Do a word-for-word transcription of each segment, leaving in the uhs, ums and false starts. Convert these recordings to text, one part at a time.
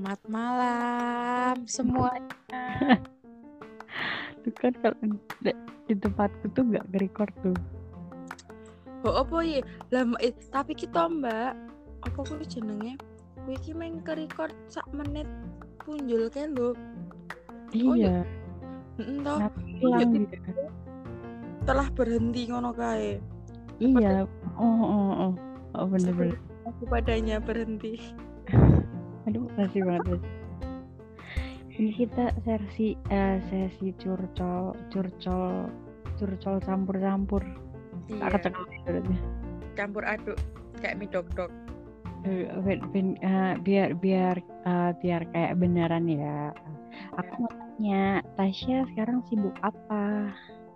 Selamat malam semuanya. Tuh kan kalau di tempatku tuh nggak nge-record tuh. Oh apa ya? Lama eh, tapi kita Mbak, apa kuwi jenenge? Kuwi iki meng ke-record sak menit punjul kan lho. Iya. Entah. Nanti hilang dia. Telah berhenti ngono kae. Iya. Oh oh oh. Oh bener-bener. Aku padanya berhenti. Aduh, makasih banget. Ini kita sesi uh, sesi curcol curcol curcol campur-campur. Iya. Kata-kata campur aduk kayak mie dok-dok. Uh, uh, biar biar uh, biar kayak beneran ya. Aku mau tanya, Tasya sekarang sibuk apa?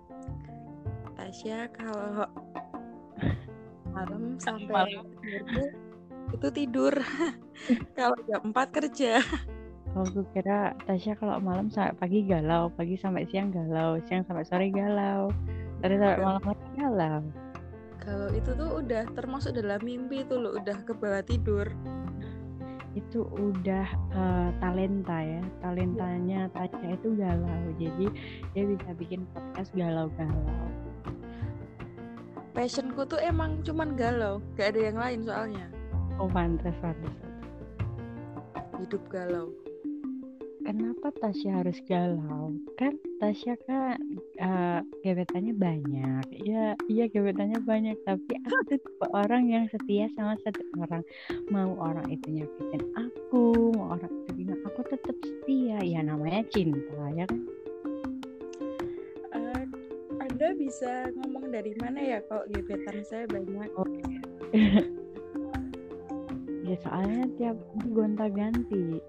Tasya kalau malam sampai malam. itu tidur. Kalau jam empat kerja. Oh, aku kira Tasya kalau malam sampai pagi galau, pagi sampai siang galau, siang sampai sore galau, sore sampai malam lagi galau. Kalau itu tuh udah termasuk dalam mimpi tuh lo, udah ke bawah tidur. Itu udah uh, talenta ya, talentanya Tasya itu galau, jadi dia bisa bikin podcast galau-galau. Passionku tuh emang cuman galau, gak ada yang lain soalnya. Oh pantas, pantas. Hidup galau. Kenapa Tasya harus galau? Kan Tasya kan uh, gebetannya banyak. Iya, iya gebetannya banyak. Tapi aku tuh tipe orang yang setia sama satu orang. Mau orang itu nyakitin aku, mau orang itu bilang aku tetap setia. Ya namanya cinta, ya kan? Uh, Anda bisa ngomong dari mana ya kalau gebetan saya banyak? Oh, ya soalnya tiap gonta-ganti.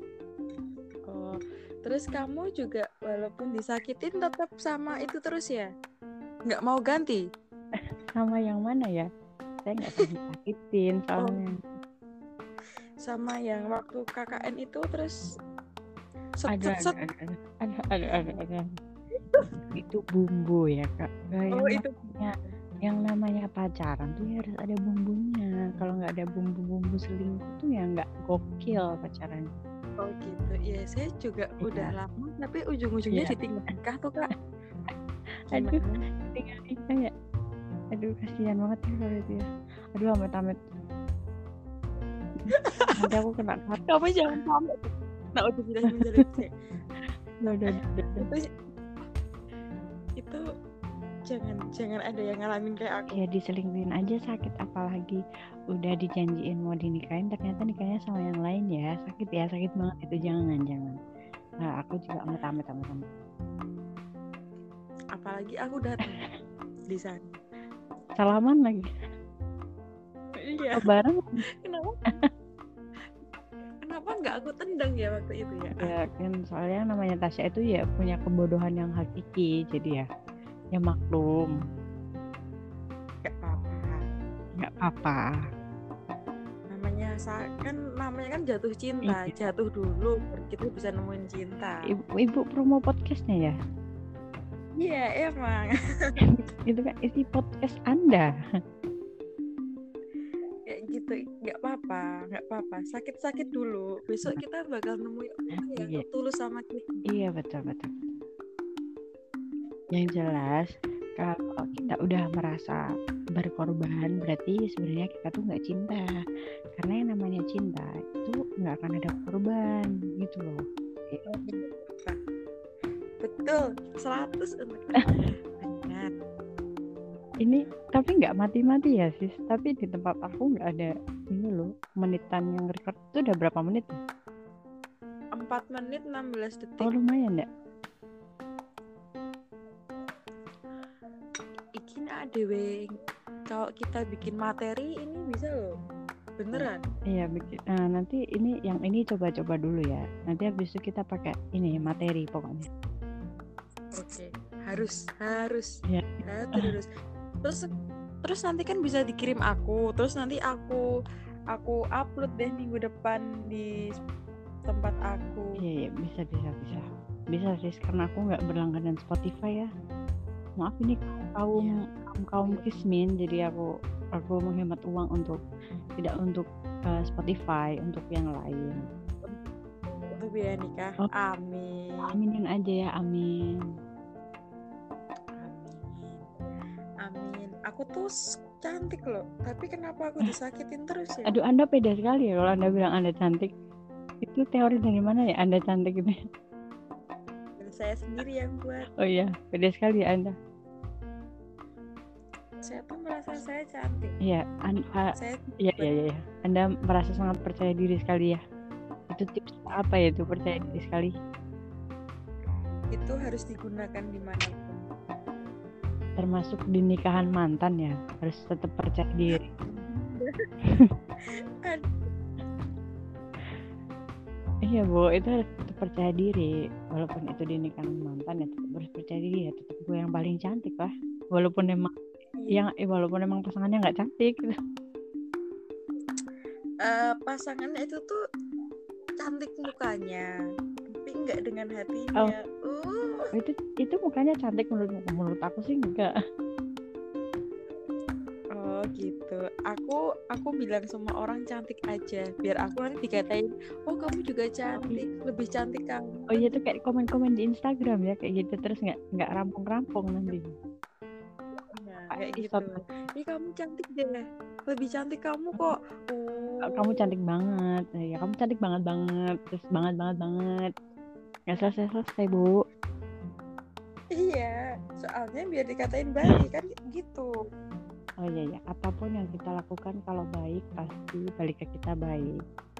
Terus kamu juga walaupun disakitin tetap sama itu terus ya? Nggak mau ganti? Sama yang mana ya? Saya nggak pernah disakitin soalnya. Oh. Sama yang waktu K K N itu terus set, ada, set, set. ada ada ada ada ada itu bumbu ya Kak. Gak oh yang itu namanya, yang namanya pacaran tuh ya harus ada bumbunya. Kalau nggak ada bumbu-bumbu selingkuh tuh ya nggak gokil pacaran. Oh gitu, ya saya juga ya. Udah lama tapi ujung-ujungnya ya. Ditinggal nikah tuh Kak. Aduh, ditinggal nikah ya. Aduh kasihan banget ya kalau itu ya. Aduh amit-amit. Nanti aku kena cut. Kamu jangan sampai. Nah udah bilang menjerit. Udah udah udah. Itu, itu jangan jangan ada yang ngalamin kayak aku. Ya diselingkuhin aja sakit, apalagi udah dijanjiin mau dinikahin ternyata nikahnya sama yang lain ya, sakit ya, sakit banget itu, jangan jangan. Nah aku juga amit-amit amit-amit. Apalagi aku datang di sana. Salaman lagi. Iya. Bareng. Kenapa? Kenapa nggak aku tendang ya waktu itu ya? Ya kan soalnya namanya Tasya itu ya punya kebodohan yang hakiki, jadi ya ya maklum. Gak apa-apa. Gak apa-apa. Namanya kan namanya kan jatuh cinta, iya. Jatuh dulu kita bisa nemuin cinta. Ibu, ibu promo podcastnya ya? Iya emang. Itu kan isi podcast Anda. Kayak gitu, nggak apa-apa, nggak apa-apa. Sakit-sakit dulu. Besok kita bakal nemuin orang yang iya. Tulus sama kita. Iya betul betul. Yang jelas kalau kita udah merasa berkorban berarti sebenarnya kita tuh nggak cinta, karena yang namanya cinta itu nggak akan ada korban gitu loh. Betul, seratus untuk benar. Ini tapi nggak mati-mati ya sis, tapi di tempat aku nggak ada ini loh menitan yang record. Itu udah berapa menit? empat menit enam belas detik. Oh lumayan ya. Dewe, kalau kita bikin materi ini bisa loh, beneran? Iya bikin. Nah, nanti ini yang ini coba-coba dulu ya. Nanti habis itu kita pakai ini materi pokoknya. Oke, harus harus. Ya. Terus terus terus nanti kan bisa dikirim aku. Terus nanti aku aku upload deh minggu depan di tempat aku. Iya, iya bisa bisa bisa. Bisa sih karena aku nggak berlangganan Spotify ya. Maaf ini kaum ya. kaum kaum kismin, jadi aku aku menghemat uang untuk tidak untuk uh, Spotify, untuk yang lain. untuk biaya nikah. Oh, Amin. aminin aja ya, amin. Amin. Aku tuh cantik loh, tapi kenapa aku disakitin terus ya? Aduh, Anda pede sekali ya kalau Anda bilang Anda cantik. Itu teori dari mana ya Anda cantik itu? Dan saya sendiri yang buat. Oh iya, pede sekali ya Anda. Saya tuh merasa saya cantik. Iya, an- uh, Saya iya, iya, iya, iya. Anda merasa sangat percaya diri sekali ya. Itu tips apa ya itu percaya diri sekali? itu harus digunakan dimanapun. Termasuk di nikahan mantan ya, harus tetap percaya diri. Iya Bu, itu harus tetap percaya diri. Walaupun itu di nikahan mantan ya tetap harus percaya diri ya. Tetap gue yang paling cantik lah. Walaupun emang yang eh, walaupun emang pasangannya nggak cantik gitu. Uh, pasangannya itu tuh cantik mukanya, tapi nggak dengan hatinya. Oh. Uh. Itu itu mukanya cantik menurut menurut aku sih enggak. Oh gitu. Aku aku bilang semua orang cantik aja, biar aku nanti dikatain, oh kamu juga cantik, lebih cantik kamu. Oh iya tuh kayak komen-komen di Instagram ya kayak gitu terus nggak nggak rampung-rampung nanti. Nah, kayak gitu. Ih kamu cantik deh, lebih cantik kamu kok. Uh. Kamu cantik banget, ya kamu cantik banget banget, terus banget banget banget. Nggak selesai selesai Bu. Iya, soalnya biar dikatain baik kan gitu. Oh iya ya, apapun yang kita lakukan kalau baik pasti balik ke kita baik.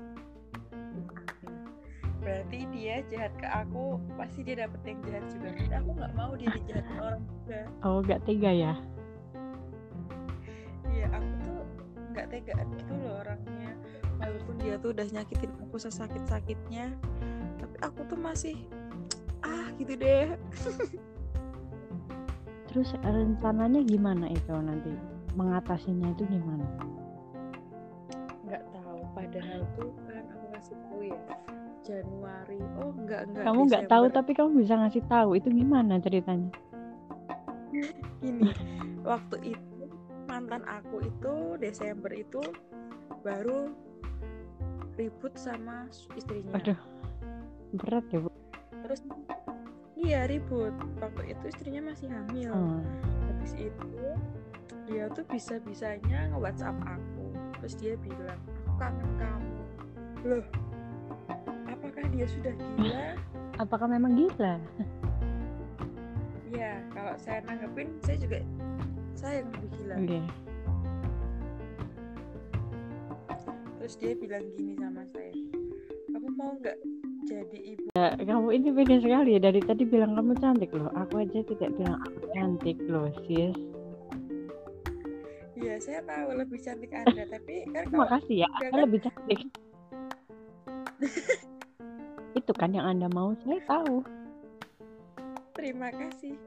Berarti dia jahat ke aku, pasti dia dapet yang jahat juga. Tapi aku nggak mau dia dijahatin orang juga. Oh, nggak tega ya? Iya, aku tuh nggak tegaan gitu loh orangnya. Walaupun dia tuh udah nyakitin aku sesakit-sakitnya, tapi aku tuh masih ah gitu deh. Terus rencananya gimana itu nanti? Mengatasinya itu gimana? Nggak tahu, padahal tuh kan aku kasih tahu ya Januari. Oh enggak enggak. Kamu nggak tahu tapi kamu bisa ngasih tahu itu gimana ceritanya? Gini, waktu itu mantan aku itu Desember itu baru ribut sama istrinya. Aduh, berat ya Bu. Terus iya ribut. Waktu itu istrinya masih hamil. Hmm. Habis itu dia tuh bisa-bisanya nge-WhatsApp aku. Terus dia bilang, aku kangen kamu. Loh, apakah dia sudah gila? Apakah memang gila? Ya, kalau saya nanggepin, saya juga saya yang lebih gila. Okay. Terus dia bilang gini sama saya, kamu mau nggak jadi ibu? Ya, kamu ini beda sekali ya. Dari tadi bilang kamu cantik loh. Aku aja tidak bilang aku cantik loh, sis. Iya, saya tahu lebih cantik Anda, tapi kan kalau makasih ya, Anda kan lebih cantik. Itu kan yang Anda mau, saya tahu. Terima kasih.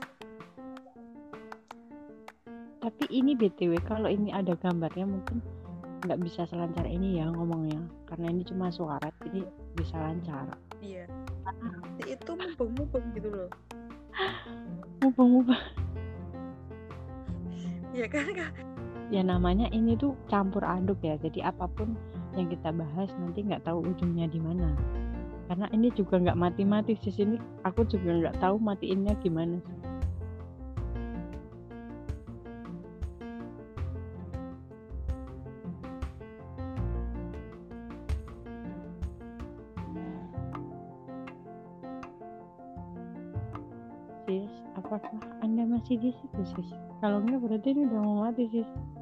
Tapi ini B T W, kalau ini ada gambarnya mungkin nggak bisa selancar ini ya ngomongnya, karena ini cuma suara, jadi bisa lancar. Iya. Itu mubeng-mubeng gitu loh. Mubeng-mubeng. Ya kan Kak? Ya namanya ini tuh campur aduk ya. Jadi apapun yang kita bahas nanti nggak tahu ujungnya di mana. Karena ini juga nggak mati-mati di sini. Aku juga nggak tahu matiinnya gimana. Sis, apakah Anda masih di situ sis? Kalau enggak berarti ini udah mau mati sis.